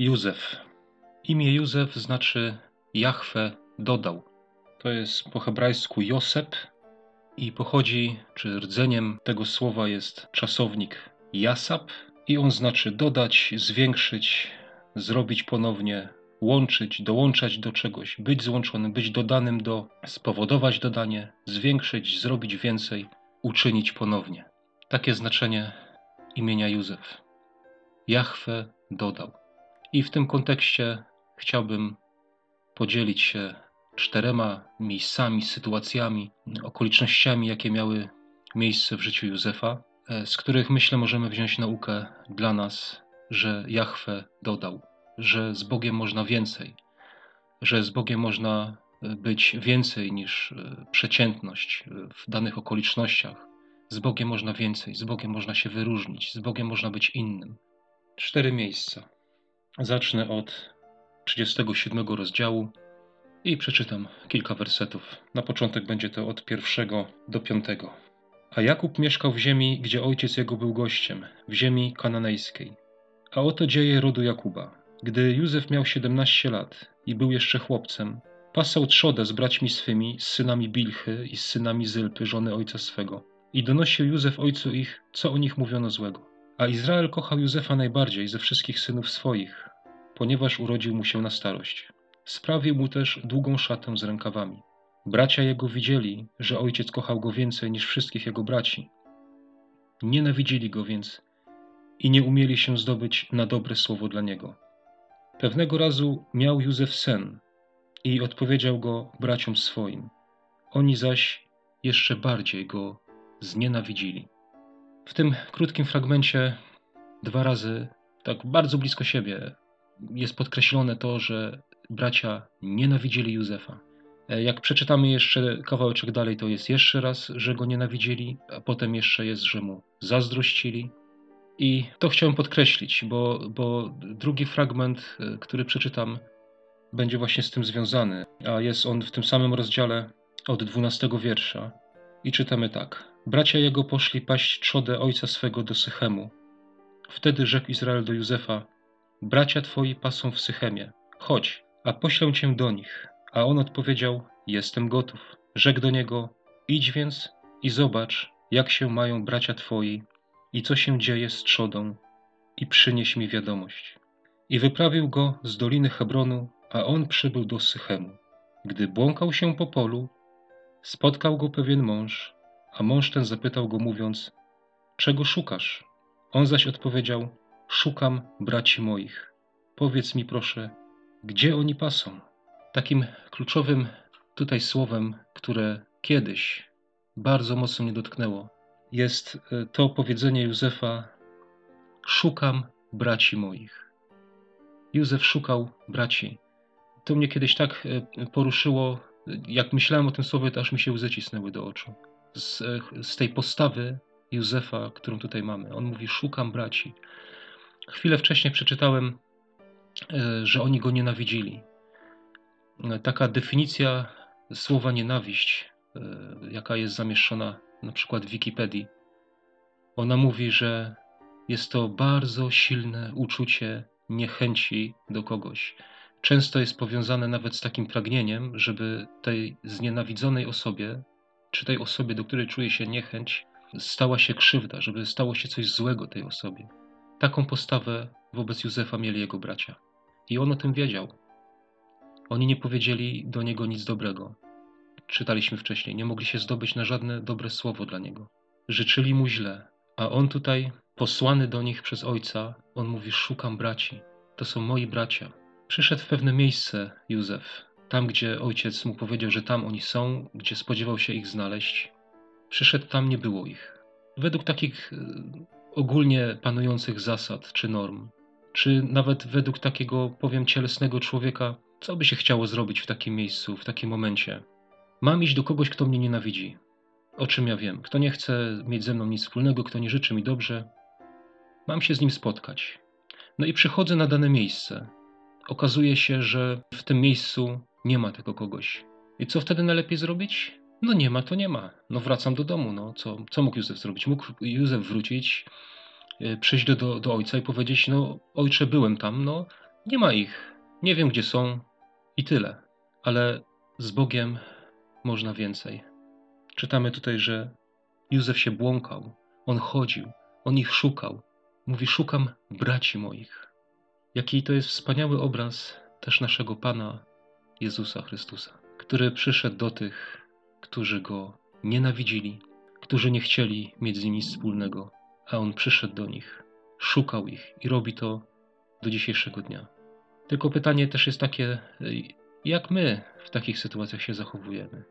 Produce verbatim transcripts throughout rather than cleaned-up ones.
Józef. Imię Józef znaczy Jahwe dodał. To jest po hebrajsku Josep i pochodzi, czy rdzeniem tego słowa jest czasownik jasap i on znaczy dodać, zwiększyć, zrobić ponownie, łączyć, dołączać do czegoś, być złączonym, być dodanym do, spowodować dodanie, zwiększyć, zrobić więcej, uczynić ponownie. Takie znaczenie imienia Józef. Jahwe dodał. I w tym kontekście chciałbym podzielić się czterema miejscami, sytuacjami, okolicznościami, jakie miały miejsce w życiu Józefa, z których myślę możemy wziąć naukę dla nas, że Jahwe dodał, że z Bogiem można więcej, że z Bogiem można być więcej niż przeciętność w danych okolicznościach. Z Bogiem można więcej, z Bogiem można się wyróżnić, z Bogiem można być innym. Cztery miejsca. Zacznę od trzydziestego siódmego rozdziału i przeczytam kilka wersetów. Na początek będzie to od pierwszego do piątego. A Jakub mieszkał w ziemi, gdzie ojciec jego był gościem, w ziemi kananejskiej. A oto dzieje rodu Jakuba. Gdy Józef miał siedemnaście lat i był jeszcze chłopcem, pasał trzodę z braćmi swymi, z synami Bilchy i z synami Zylpy, żony ojca swego. I donosił Józef ojcu ich, co o nich mówiono złego. A Izrael kochał Józefa najbardziej ze wszystkich synów swoich, ponieważ urodził mu się na starość. Sprawił mu też długą szatę z rękawami. Bracia jego widzieli, że ojciec kochał go więcej niż wszystkich jego braci. Nienawidzili go więc i nie umieli się zdobyć na dobre słowo dla niego. Pewnego razu miał Józef sen i odpowiedział go braciom swoim. Oni zaś jeszcze bardziej go znienawidzili. W tym krótkim fragmencie dwa razy, tak bardzo blisko siebie, jest podkreślone to, że bracia nienawidzili Józefa. Jak przeczytamy jeszcze kawałeczek dalej, to jest jeszcze raz, że go nienawidzili, a potem jeszcze jest, że mu zazdrościli. I to chciałem podkreślić, bo, bo drugi fragment, który przeczytam, będzie właśnie z tym związany, a jest on w tym samym rozdziale od dwunastego wiersza. I czytamy tak. Bracia jego poszli paść trzodę ojca swego do Sychemu. Wtedy rzekł Izrael do Józefa, bracia twoi pasą w Sychemie, chodź, a poślę cię do nich. A on odpowiedział, jestem gotów. Rzekł do niego, idź więc i zobacz, jak się mają bracia twoi i co się dzieje z trzodą i przynieś mi wiadomość. I wyprawił go z doliny Hebronu, a on przybył do Sychemu. Gdy błąkał się po polu, spotkał go pewien mąż, a mąż ten zapytał go mówiąc, czego szukasz? On zaś odpowiedział, szukam braci moich. Powiedz mi proszę, gdzie oni pasą? Takim kluczowym tutaj słowem, które kiedyś bardzo mocno mnie dotknęło, jest to powiedzenie Józefa, szukam braci moich. Józef szukał braci. To mnie kiedyś tak poruszyło, jak myślałem o tym słowie, to aż mi się łzy cisnęły do oczu. Z, z tej postawy Józefa, którą tutaj mamy. On mówi, szukam braci. Chwilę wcześniej przeczytałem, że oni go nienawidzili. Taka definicja słowa nienawiść, jaka jest zamieszczona na przykład w Wikipedii, ona mówi, że jest to bardzo silne uczucie niechęci do kogoś. Często jest powiązane nawet z takim pragnieniem, żeby tej znienawidzonej osobie, czy tej osobie, do której czuje się niechęć, stała się krzywda, żeby stało się coś złego tej osobie. Taką postawę wobec Józefa mieli jego bracia. I on o tym wiedział. Oni nie powiedzieli do niego nic dobrego. Czytaliśmy wcześniej, nie mogli się zdobyć na żadne dobre słowo dla niego. Życzyli mu źle, a on tutaj, posłany do nich przez ojca, on mówi, szukam braci. To są moi bracia. Przyszedł w pewne miejsce Józef, tam gdzie ojciec mu powiedział, że tam oni są, gdzie spodziewał się ich znaleźć. Przyszedł tam, nie było ich. Według takich ogólnie panujących zasad czy norm, czy nawet według takiego, powiem, cielesnego człowieka, co by się chciało zrobić w takim miejscu, w takim momencie? Mam iść do kogoś, kto mnie nienawidzi. O czym ja wiem? Kto nie chce mieć ze mną nic wspólnego, kto nie życzy mi dobrze. Mam się z nim spotkać. No i przychodzę na dane miejsce. Okazuje się, że w tym miejscu nie ma tego kogoś. I co wtedy najlepiej zrobić? No nie ma, to nie ma. No wracam do domu. No co, co mógł Józef zrobić? Mógł Józef wrócić, przyjść do, do, do ojca i powiedzieć, no ojcze, byłem tam, no Nie ma ich, nie wiem gdzie są i tyle. Ale z Bogiem można więcej. Czytamy tutaj, że Józef się błąkał, on chodził, on ich szukał. Mówi, szukam braci moich. Jaki to jest wspaniały obraz też naszego Pana Jezusa Chrystusa, który przyszedł do tych, którzy Go nienawidzili, którzy nie chcieli mieć z nim nic wspólnego, a On przyszedł do nich, szukał ich i robi to do dzisiejszego dnia. Tylko pytanie też jest takie, jak my w takich sytuacjach się zachowujemy?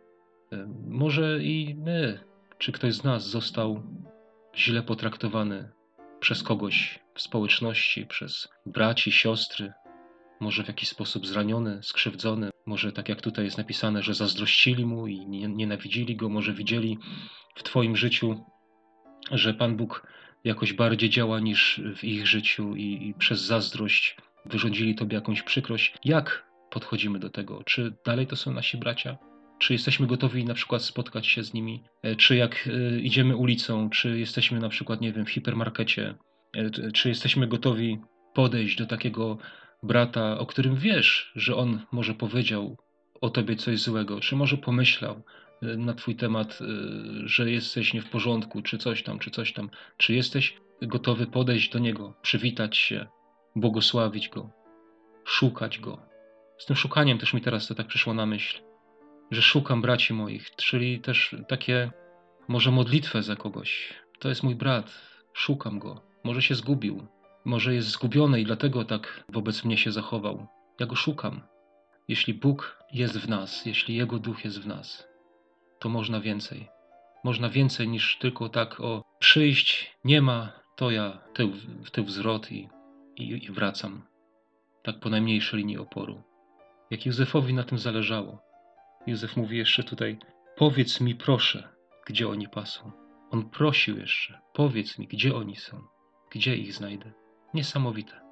Może i my, czy ktoś z nas został źle potraktowany przez kogoś w społeczności, przez braci, siostry, może w jakiś sposób zraniony, skrzywdzony, może tak jak tutaj jest napisane, że zazdrościli mu i nienawidzili go, może widzieli w Twoim życiu, że Pan Bóg jakoś bardziej działa niż w ich życiu i, i przez zazdrość wyrządzili Tobie jakąś przykrość. Jak podchodzimy do tego? Czy dalej to są nasi bracia? Czy jesteśmy gotowi na przykład spotkać się z nimi? Czy jak idziemy ulicą, czy jesteśmy na przykład, nie wiem, w hipermarkecie, czy jesteśmy gotowi podejść do takiego brata, o którym wiesz, że on może powiedział o tobie coś złego, czy może pomyślał na twój temat, że jesteś nie w porządku, czy coś tam, czy coś tam. Czy jesteś gotowy podejść do niego, przywitać się, błogosławić go, szukać go? Z tym szukaniem też mi teraz to tak przyszło na myśl, że szukam braci moich, czyli też takie może modlitwę za kogoś. To jest mój brat, szukam go. Może się zgubił, może jest zgubiony i dlatego tak wobec mnie się zachował. Ja go szukam. Jeśli Bóg jest w nas, jeśli Jego Duch jest w nas, to można więcej. Można więcej niż tylko tak o przyjść, nie ma, to ja tył, tył wzrot i, i, i wracam. Tak po najmniejszej linii oporu. Jak Józefowi na tym zależało. Józef mówi jeszcze tutaj, powiedz mi proszę, gdzie oni pasą. On prosił jeszcze, powiedz mi, gdzie oni są, gdzie ich znajdę. Niesamowite.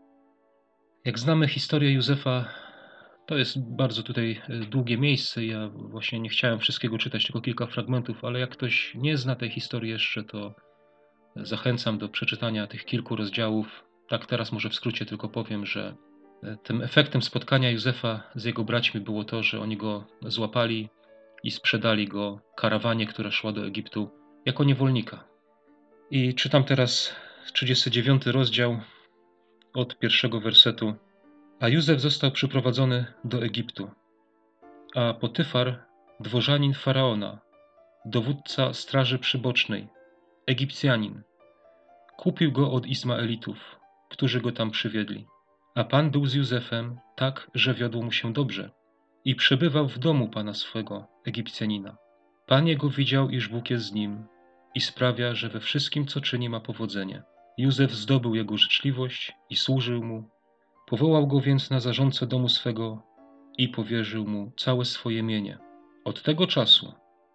Jak znamy historię Józefa, to jest bardzo tutaj długie miejsce. Ja właśnie nie chciałem wszystkiego czytać, tylko kilka fragmentów, ale jak ktoś nie zna tej historii jeszcze, to zachęcam do przeczytania tych kilku rozdziałów. Tak teraz może w skrócie tylko powiem, że tym efektem spotkania Józefa z jego braćmi było to, że oni go złapali i sprzedali go karawanie, która szła do Egiptu, jako niewolnika. I czytam teraz trzydziesty dziewiąty rozdział od pierwszego wersetu. A Józef został przyprowadzony do Egiptu, a Potyfar, dworzanin Faraona, dowódca straży przybocznej, Egipcjanin, kupił go od Izmaelitów, którzy go tam przywiedli. A Pan był z Józefem tak, że wiodło mu się dobrze i przebywał w domu pana swego, Egipcjanina. Pan jego widział, iż Bóg jest z nim i sprawia, że we wszystkim, co czyni, ma powodzenie. Józef zdobył jego życzliwość i służył mu. Powołał go więc na zarządcę domu swego i powierzył mu całe swoje mienie. Od tego czasu,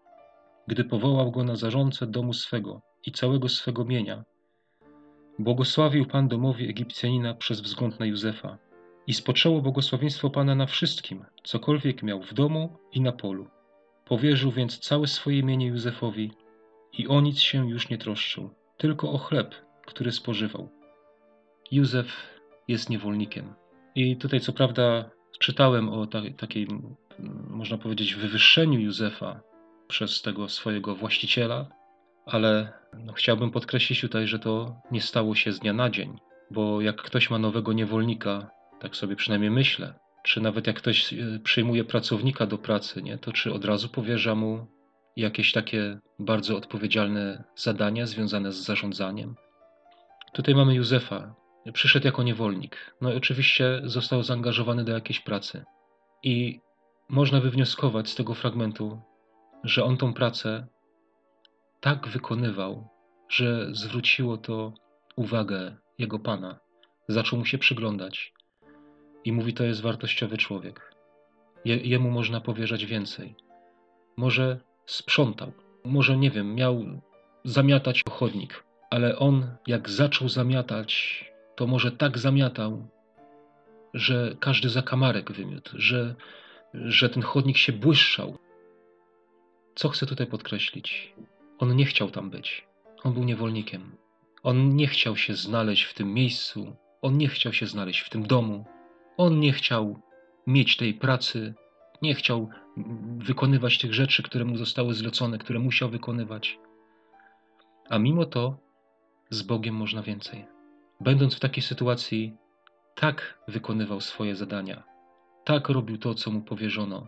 gdy powołał go na zarządcę domu swego i całego swego mienia, błogosławił Pan domowi Egipcjanina przez wzgląd na Józefa i spoczęło błogosławieństwo Pana na wszystkim, cokolwiek miał w domu i na polu. Powierzył więc całe swoje mienie Józefowi i o nic się już nie troszczył, tylko o chleb, który spożywał. Józef jest niewolnikiem. I tutaj co prawda czytałem o ta, takiej, można powiedzieć, wywyższeniu Józefa przez tego swojego właściciela, ale no, chciałbym podkreślić tutaj, że to nie stało się z dnia na dzień, bo jak ktoś ma nowego niewolnika, tak sobie przynajmniej myślę, czy nawet jak ktoś przyjmuje pracownika do pracy, nie, to czy od razu powierza mu jakieś takie bardzo odpowiedzialne zadania związane z zarządzaniem? Tutaj mamy Józefa. Przyszedł jako niewolnik. No i oczywiście został zaangażowany do jakiejś pracy. I można wywnioskować z tego fragmentu, że on tą pracę tak wykonywał, że zwróciło to uwagę jego pana. Zaczął mu się przyglądać i mówi, to jest wartościowy człowiek. Je, jemu można powierzać więcej. Może sprzątał, może, nie wiem, miał zamiatać chodnik, ale on jak zaczął zamiatać, to może tak zamiatał, że każdy zakamarek wymiótł, że, że ten chodnik się błyszczał. Co chcę tutaj podkreślić? On nie chciał tam być. On był niewolnikiem. On nie chciał się znaleźć w tym miejscu. On nie chciał się znaleźć w tym domu. On nie chciał mieć tej pracy, nie chciał wykonywać tych rzeczy, które mu zostały zlecone, które musiał wykonywać. A mimo to z Bogiem można więcej. Będąc w takiej sytuacji, tak wykonywał swoje zadania, tak robił to, co mu powierzono,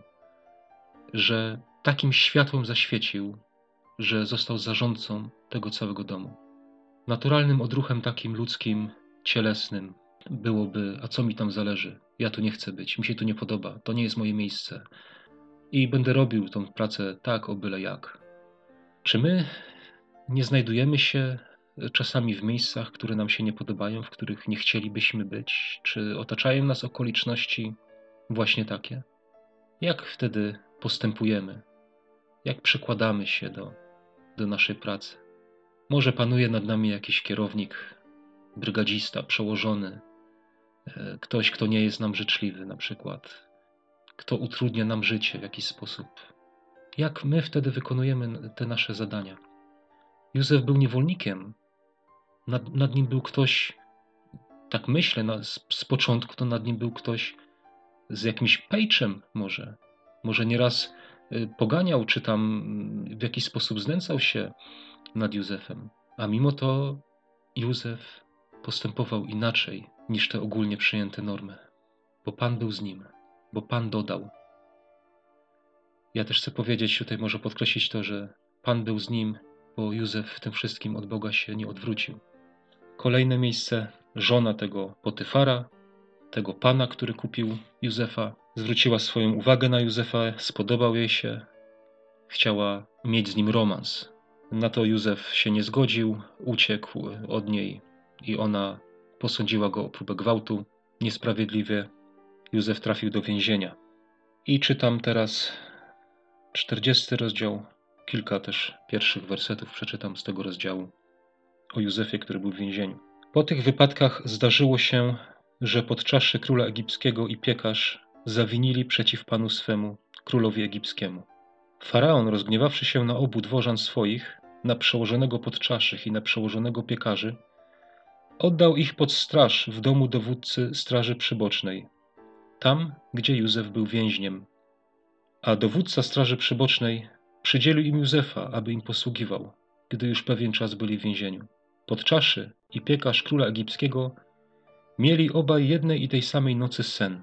że takim światłem zaświecił, że został zarządcą tego całego domu. Naturalnym odruchem takim ludzkim, cielesnym byłoby: a co mi tam zależy? Ja tu nie chcę być, mi się tu nie podoba, to nie jest moje miejsce. I będę robił tą pracę tak, o byle jak. Czy my nie znajdujemy się czasami w miejscach, które nam się nie podobają, w których nie chcielibyśmy być? Czy otaczają nas okoliczności właśnie takie? Jak wtedy postępujemy? Jak przykładamy się do, do naszej pracy? Może panuje nad nami jakiś kierownik, brygadzista, przełożony, ktoś, kto nie jest nam życzliwy na przykład, kto utrudnia nam życie w jakiś sposób. Jak my wtedy wykonujemy te nasze zadania? Józef był niewolnikiem. Nad, nad nim był ktoś, tak myślę, na, z, z początku to nad nim był ktoś z jakimś pejczem może. Może nieraz y, poganiał, czy tam w jakiś sposób znęcał się nad Józefem. A mimo to Józef postępował inaczej niż te ogólnie przyjęte normy. Bo Pan był z nim, bo Pan dodał. Ja też chcę powiedzieć, tutaj może podkreślić to, że Pan był z nim, bo Józef w tym wszystkim od Boga się nie odwrócił. Kolejne miejsce, żona tego Potyfara, tego pana, który kupił Józefa, zwróciła swoją uwagę na Józefa, spodobał jej się, chciała mieć z nim romans. Na to Józef się nie zgodził, uciekł od niej i ona posądziła go o próbę gwałtu. Niesprawiedliwie Józef trafił do więzienia. I czytam teraz czterdziesty rozdział, kilka też pierwszych wersetów przeczytam z tego rozdziału o Józefie, który był w więzieniu. Po tych wypadkach zdarzyło się, że podczasy króla egipskiego i piekarz zawinili przeciw panu swemu, królowi egipskiemu. Faraon, rozgniewawszy się na obu dworzan swoich, na przełożonego podczaszych i na przełożonego piekarzy, oddał ich pod straż w domu dowódcy straży przybocznej, tam, gdzie Józef był więźniem. A dowódca straży przybocznej przydzielił im Józefa, aby im posługiwał, gdy już pewien czas byli w więzieniu. Podczaszy i piekarz króla egipskiego mieli obaj jednej i tej samej nocy sen,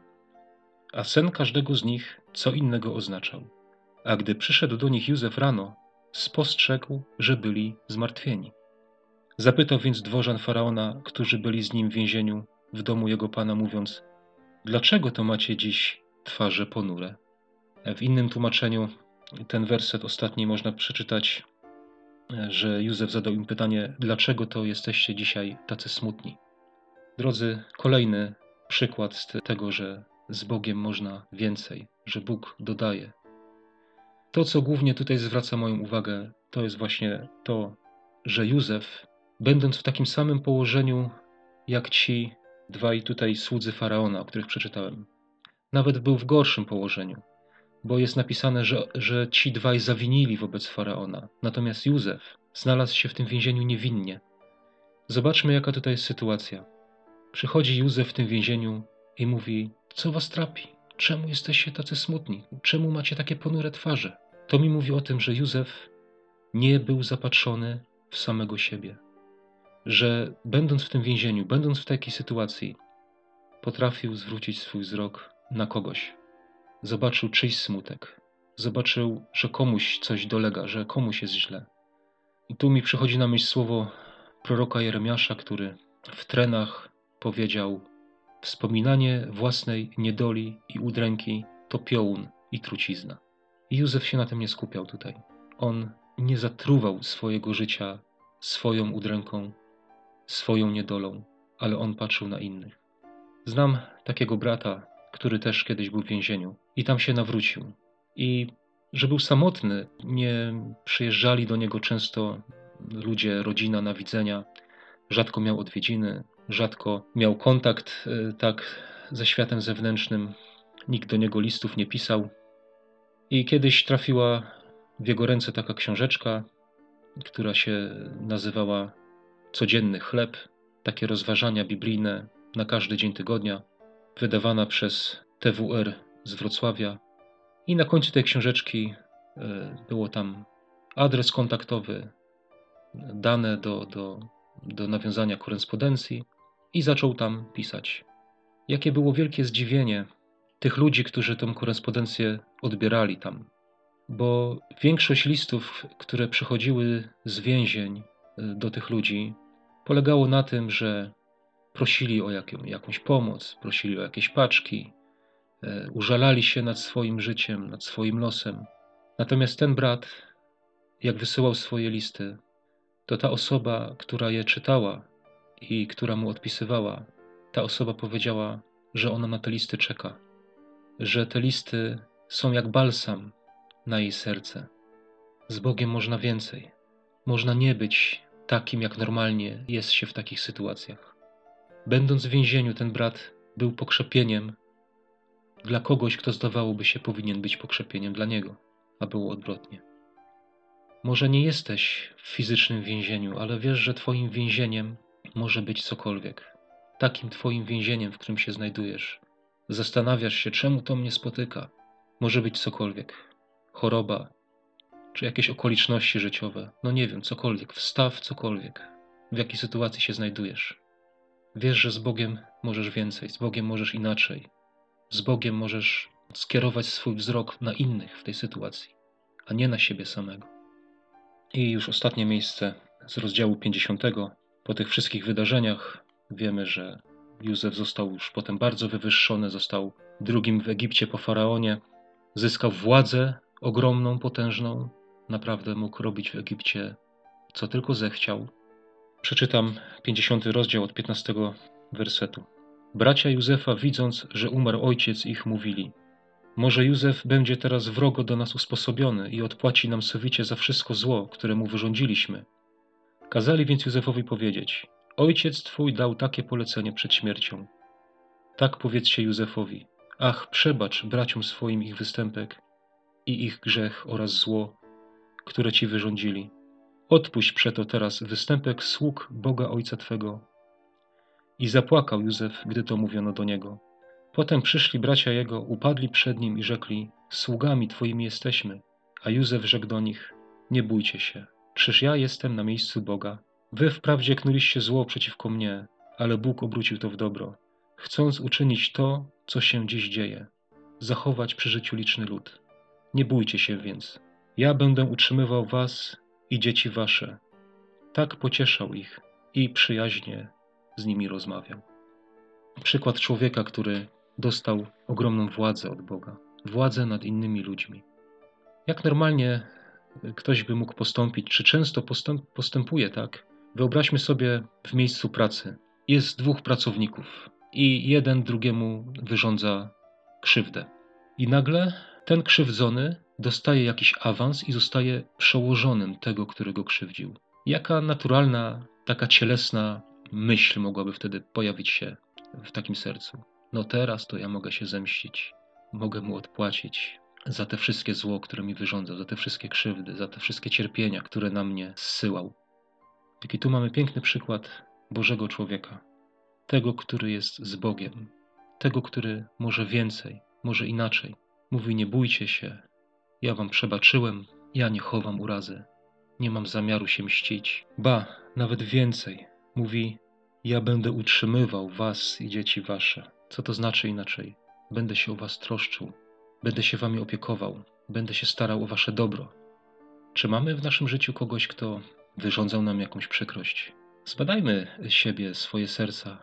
a sen każdego z nich co innego oznaczał. A gdy przyszedł do nich Józef rano, spostrzegł, że byli zmartwieni. Zapytał więc dworzan faraona, którzy byli z nim w więzieniu w domu jego pana, mówiąc: dlaczego to macie dziś twarze ponure? W innym tłumaczeniu ten werset ostatni można przeczytać, że Józef zadał im pytanie: dlaczego to jesteście dzisiaj tacy smutni? Drodzy, kolejny przykład z tego, że z Bogiem można więcej, że Bóg dodaje. To, co głównie tutaj zwraca moją uwagę, to jest właśnie to, że Józef, będąc w takim samym położeniu jak ci dwaj tutaj słudzy Faraona, o których przeczytałem, nawet był w gorszym położeniu, bo jest napisane, że, że ci dwaj zawinili wobec Faraona, natomiast Józef znalazł się w tym więzieniu niewinnie. Zobaczmy, jaka tutaj jest sytuacja. Przychodzi Józef w tym więzieniu i mówi: co was trapi? Czemu jesteście tacy smutni? Czemu macie takie ponure twarze? To mi mówi o tym, że Józef nie był zapatrzony w samego siebie. Że będąc w tym więzieniu, będąc w takiej sytuacji, potrafił zwrócić swój wzrok na kogoś. Zobaczył czyjś smutek. Zobaczył, że komuś coś dolega, że komuś jest źle. I tu mi przychodzi na myśl słowo proroka Jeremiasza, który w trenach powiedział: wspominanie własnej niedoli i udręki to piołun i trucizna. I Józef się na tym nie skupiał tutaj. On nie zatruwał swojego życia swoją udręką, swoją niedolą, ale on patrzył na innych. Znam takiego brata, który też kiedyś był w więzieniu i tam się nawrócił. I że był samotny, nie przyjeżdżali do niego często ludzie, rodzina na widzenia, rzadko miał odwiedziny, rzadko miał kontakt tak ze światem zewnętrznym, nikt do niego listów nie pisał. I kiedyś trafiła w jego ręce taka książeczka, która się nazywała Codzienny chleb, takie rozważania biblijne na każdy dzień tygodnia. wydawana przez T W R z Wrocławia. I na końcu tej książeczki było tam adres kontaktowy, dane do, do, do nawiązania korespondencji i zaczął tam pisać. Jakie było wielkie zdziwienie tych ludzi, którzy tę korespondencję odbierali tam, bo większość listów, które przychodziły z więzień do tych ludzi, polegało na tym, że prosili o jaką, jakąś pomoc, prosili o jakieś paczki, użalali się nad swoim życiem, nad swoim losem. Natomiast ten brat, jak wysyłał swoje listy, to ta osoba, która je czytała i która mu odpisywała, ta osoba powiedziała, że ona na te listy czeka, że te listy są jak balsam na jej serce. Z Bogiem można więcej. Można nie być takim, jak normalnie jest się w takich sytuacjach. Będąc w więzieniu, ten brat był pokrzepieniem dla kogoś, kto zdawałoby się powinien być pokrzepieniem dla niego, a było odwrotnie. Może nie jesteś w fizycznym więzieniu, ale wiesz, że twoim więzieniem może być cokolwiek. Takim twoim więzieniem, w którym się znajdujesz. Zastanawiasz się, czemu to mnie spotyka. Może być cokolwiek. Choroba, czy jakieś okoliczności życiowe. No nie wiem, cokolwiek. Wstaw, cokolwiek. W jakiej sytuacji się znajdujesz. Wiesz, że z Bogiem możesz więcej, z Bogiem możesz inaczej. Z Bogiem możesz skierować swój wzrok na innych w tej sytuacji, a nie na siebie samego. I już ostatnie miejsce z rozdziału pięćdziesiątego. Po tych wszystkich wydarzeniach wiemy, że Józef został już potem bardzo wywyższony, został drugim w Egipcie po Faraonie, zyskał władzę ogromną, potężną, naprawdę mógł robić w Egipcie co tylko zechciał. Przeczytam pięćdziesiąty rozdział od piętnastego wersetu. Bracia Józefa, widząc, że umarł ojciec ich, mówili: może Józef będzie teraz wrogo do nas usposobiony i odpłaci nam sowicie za wszystko zło, które mu wyrządziliśmy. Kazali więc Józefowi powiedzieć: ojciec twój dał takie polecenie przed śmiercią. Tak powiedzcie Józefowi: ach, przebacz braciom swoim ich występek i ich grzech oraz zło, które ci wyrządzili. Odpuść przeto teraz występek sług Boga Ojca twego. I zapłakał Józef, gdy to mówiono do niego. Potem przyszli bracia jego, upadli przed nim i rzekli: sługami twoimi jesteśmy. A Józef rzekł do nich: nie bójcie się, czyż ja jestem na miejscu Boga? Wy wprawdzie knuliście zło przeciwko mnie, ale Bóg obrócił to w dobro, chcąc uczynić to, co się dziś dzieje, zachować przy życiu liczny lud. Nie bójcie się więc, ja będę utrzymywał was i dzieci wasze. Tak pocieszał ich i przyjaźnie z nimi rozmawiał. Przykład człowieka, który dostał ogromną władzę od Boga, władzę nad innymi ludźmi. Jak normalnie ktoś by mógł postąpić, czy często postęp, postępuje tak? Wyobraźmy sobie w miejscu pracy. Jest dwóch pracowników i jeden drugiemu wyrządza krzywdę. I nagle ten krzywdzony dostaje jakiś awans i zostaje przełożonym tego, którego krzywdził. Jaka naturalna, taka cielesna myśl mogłaby wtedy pojawić się w takim sercu? No teraz to ja mogę się zemścić, mogę mu odpłacić za te wszystkie zło, które mi wyrządzał, za te wszystkie krzywdy, za te wszystkie cierpienia, które na mnie zsyłał. Taki tu mamy piękny przykład Bożego człowieka. Tego, który jest z Bogiem. Tego, który może więcej, może inaczej. Mówi: nie bójcie się, ja wam przebaczyłem, ja nie chowam urazy. Nie mam zamiaru się mścić. Ba, nawet więcej. Mówi: ja będę utrzymywał was i dzieci wasze. Co to znaczy inaczej? Będę się o was troszczył. Będę się wami opiekował. Będę się starał o wasze dobro. Czy mamy w naszym życiu kogoś, kto wyrządzał nam jakąś przykrość? Zbadajmy siebie, swoje serca.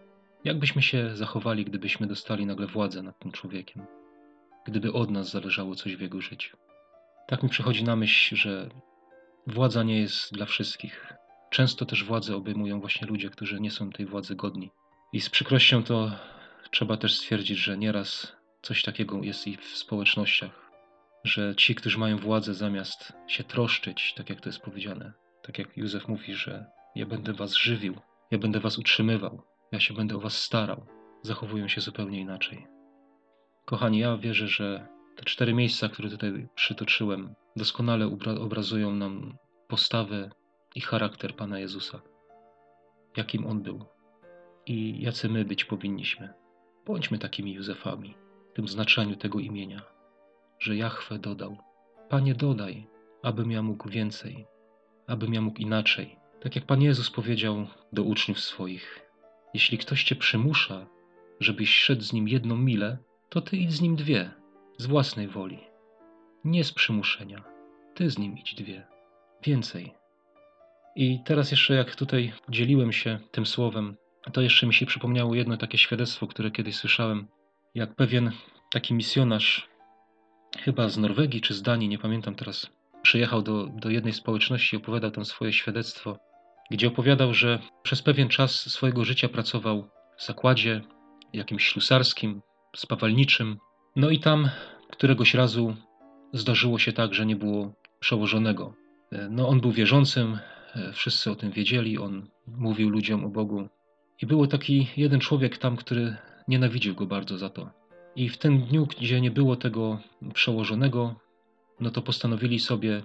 Jak byśmy się zachowali, gdybyśmy dostali nagle władzę nad tym człowiekiem? Gdyby od nas zależało coś w jego życiu? Tak mi przychodzi na myśl, że władza nie jest dla wszystkich. Często też władzę obejmują właśnie ludzie, którzy nie są tej władzy godni. I z przykrością to trzeba też stwierdzić, że nieraz coś takiego jest i w społecznościach, że ci, którzy mają władzę, zamiast się troszczyć, tak jak to jest powiedziane, tak jak Józef mówi, że ja będę was żywił, ja będę was utrzymywał, ja się będę o was starał, zachowują się zupełnie inaczej. Kochani, ja wierzę, że te cztery miejsca, które tutaj przytoczyłem, doskonale obrazują nam postawę i charakter Pana Jezusa. Jakim On był i jacy my być powinniśmy. Bądźmy takimi Józefami w tym znaczeniu tego imienia, że Jahwe dodał. Panie, dodaj, abym ja mógł więcej, abym ja mógł inaczej. Tak jak Pan Jezus powiedział do uczniów swoich, jeśli ktoś cię przymusza, żebyś szedł z nim jedną milę, to ty idź z nim dwie, z własnej woli. Nie z przymuszenia. Ty z nim idź dwie. Więcej. I teraz jeszcze jak tutaj dzieliłem się tym słowem, to jeszcze mi się przypomniało jedno takie świadectwo, które kiedyś słyszałem, jak pewien taki misjonarz, chyba z Norwegii czy z Danii, nie pamiętam teraz, przyjechał do, do jednej społeczności i opowiadał tam swoje świadectwo, gdzie opowiadał, że przez pewien czas swojego życia pracował w zakładzie jakimś ślusarskim, spawalniczym. No i tam któregoś razu zdarzyło się tak, że nie było przełożonego. No on był wierzącym, wszyscy o tym wiedzieli, on mówił ludziom o Bogu. I był taki jeden człowiek tam, który nienawidził go bardzo za to. I w tym dniu, gdzie nie było tego przełożonego, no to postanowili sobie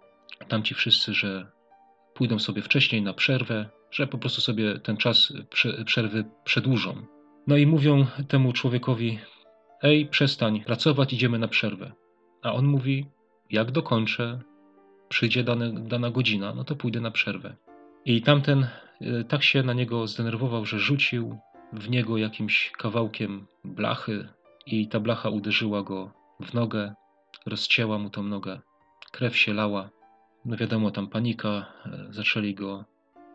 tamci wszyscy, że pójdą sobie wcześniej na przerwę, że po prostu sobie ten czas przerwy przedłużą. No i mówią temu człowiekowi: ej, przestań pracować, idziemy na przerwę. A on mówi: jak dokończę, przyjdzie dane, dana godzina, no to pójdę na przerwę. I tamten y, tak się na niego zdenerwował, że rzucił w niego jakimś kawałkiem blachy i ta blacha uderzyła go w nogę, rozcięła mu tą nogę, krew się lała. No wiadomo, tam panika, y, zaczęli go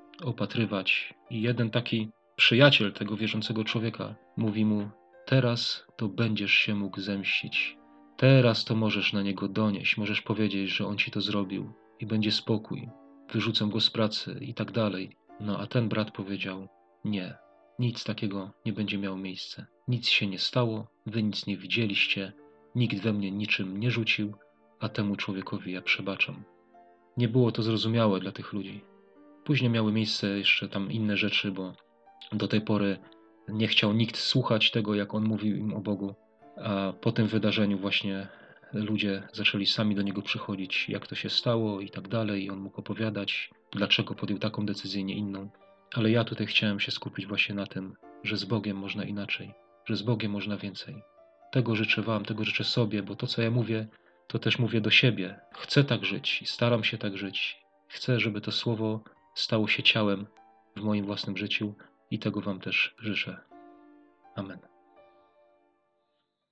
opatrywać i jeden taki przyjaciel tego wierzącego człowieka mówi mu: teraz to będziesz się mógł zemścić. Teraz to możesz na niego donieść, możesz powiedzieć, że on ci to zrobił i będzie spokój. Wyrzucę go z pracy i tak dalej. No a ten brat powiedział: nie, nic takiego nie będzie miało miejsca. Nic się nie stało, wy nic nie widzieliście, nikt we mnie niczym nie rzucił, a temu człowiekowi ja przebaczam. Nie było to zrozumiałe dla tych ludzi. Później miały miejsce jeszcze tam inne rzeczy, bo do tej pory nie chciał nikt słuchać tego, jak on mówił im o Bogu, a po tym wydarzeniu właśnie ludzie zaczęli sami do niego przychodzić, jak to się stało i tak dalej, i on mógł opowiadać, dlaczego podjął taką decyzję, nie inną. Ale ja tutaj chciałem się skupić właśnie na tym, że z Bogiem można inaczej, że z Bogiem można więcej. Tego życzę wam, tego życzę sobie, bo to, co ja mówię, to też mówię do siebie. Chcę tak żyć i staram się tak żyć. Chcę, żeby to słowo stało się ciałem w moim własnym życiu i tego wam też życzę. Amen.